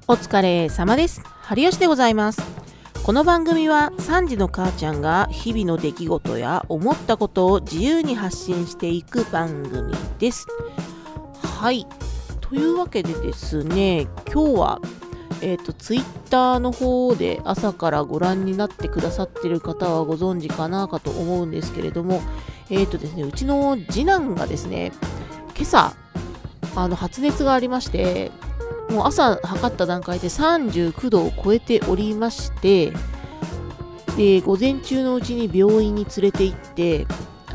お疲れ様です。春吉でございます。この番組は3児の母ちゃんが日々の出来事や思ったことを自由に発信していく番組です。はい。というわけでですね、今日はツイッターの方で朝からご覧になってくださっている方はご存知かなかと思うんですけれども、ですね、うちの次男がですね、今朝、発熱がありまして、もう朝測った段階で39度を超えておりまして、で、午前中のうちに病院に連れて行って、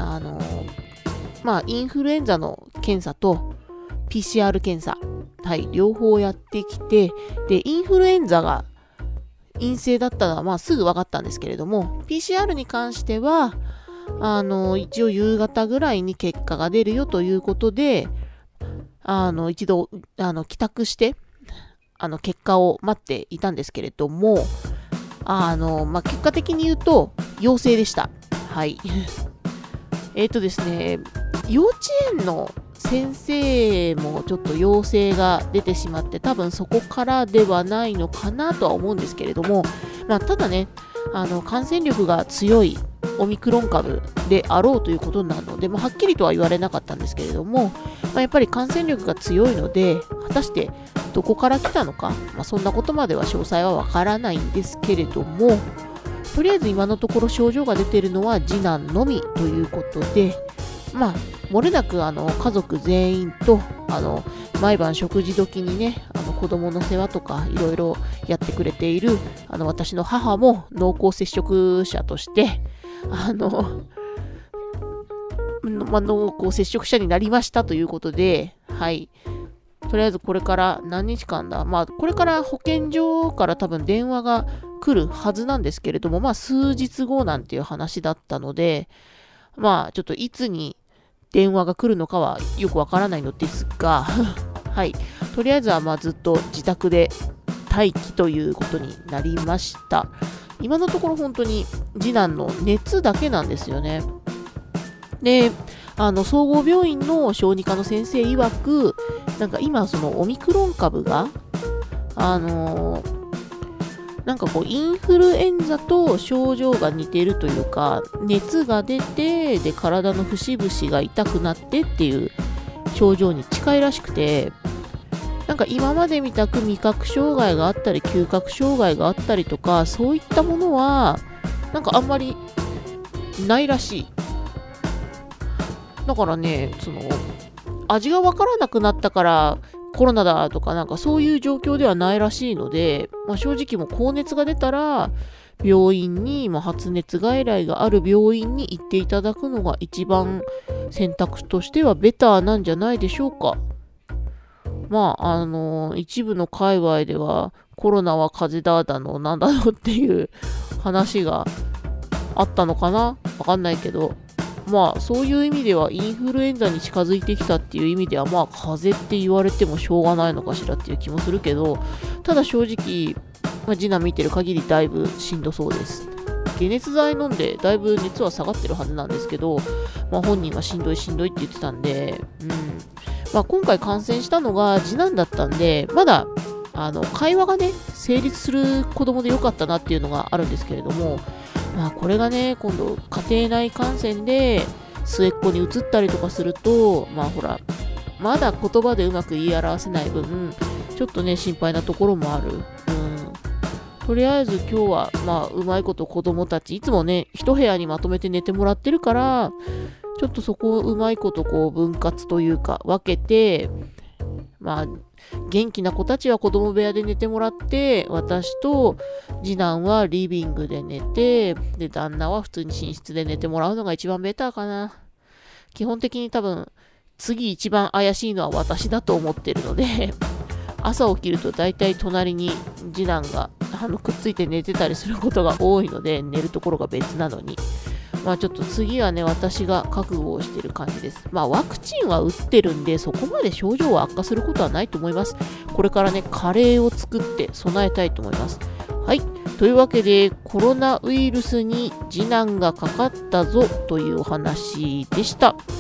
インフルエンザの検査と PCR 検査、はい、両方やってきて、で、インフルエンザが陰性だったのは、すぐ分かったんですけれども、PCR に関しては、一応夕方ぐらいに結果が出るよということで、一度、帰宅して、結果を待っていたんですけれども、結果的に言うと、陽性でした。はい。ですね、幼稚園の先生もちょっと陽性が出てしまって、多分そこからではないのかなとは思うんですけれども、ただね、感染力が強いオミクロン株であろうということなので、はっきりとは言われなかったんですけれども、やっぱり感染力が強いので、果たしてどこから来たのか、そんなことまでは詳細はわからないんですけれども、とりあえず今のところ症状が出ているのは次男のみということで、漏れなく家族全員と毎晩食事時にね、子供の世話とかいろいろやってくれている私の母も濃厚接触者として濃厚接触者になりましたということで、はい。とりあえずこれから何日間だ、これから保健所から多分電話が来るはずなんですけれども、数日後なんていう話だったので、ちょっといつに電話が来るのかはよくわからないのですが、はい。とりあえずはずっと自宅で待機ということになりました。今のところ本当に次男の熱だけなんですよね。で、総合病院の小児科の先生曰く、今そのオミクロン株が、インフルエンザと症状が似ているというか、熱が出て、で、体の節々が痛くなってっていう症状に近いらしくて、今までみたく味覚障害があったり、嗅覚障害があったりとか、そういったものは、あんまりないらしい。だからね、味がわからなくなったからコロナだとかそういう状況ではないらしいので、正直もう高熱が出たら病院に、発熱外来がある病院に行っていただくのが一番選択としてはベターなんじゃないでしょうか。一部の界隈ではコロナは風邪だのなんだのっていう話があったのかな、わかんないけど、そういう意味ではインフルエンザに近づいてきたっていう意味では風邪って言われてもしょうがないのかしらっていう気もするけど、ただ正直、次男見てる限りだいぶしんどそうです。解熱剤飲んでだいぶ熱は下がってるはずなんですけど、本人がしんどいって言ってたんで、今回感染したのが次男だったんで、まだ会話がね成立する子供でよかったなっていうのがあるんですけれども、これがね、今度家庭内感染で末っ子に移ったりとかすると、まだ言葉でうまく言い表せない分、ちょっとね、心配なところもある。とりあえず今日は、うまいこと子供たち、いつもね、一部屋にまとめて寝てもらってるから、ちょっとそこをうまいこと分割というか分けて、元気な子たちは子供部屋で寝てもらって、私と次男はリビングで寝て、で、旦那は普通に寝室で寝てもらうのが一番ベターかな。基本的に多分、次一番怪しいのは私だと思ってるので、朝起きると大体隣に次男がくっついて寝てたりすることが多いので、寝るところが別なのに。ちょっと次はね、私が覚悟をしている感じです。ワクチンは打ってるんで、そこまで症状は悪化することはないと思います。これからね、カレーを作って備えたいと思います。はい。というわけで、コロナウイルスに次男がかかったぞというお話でした。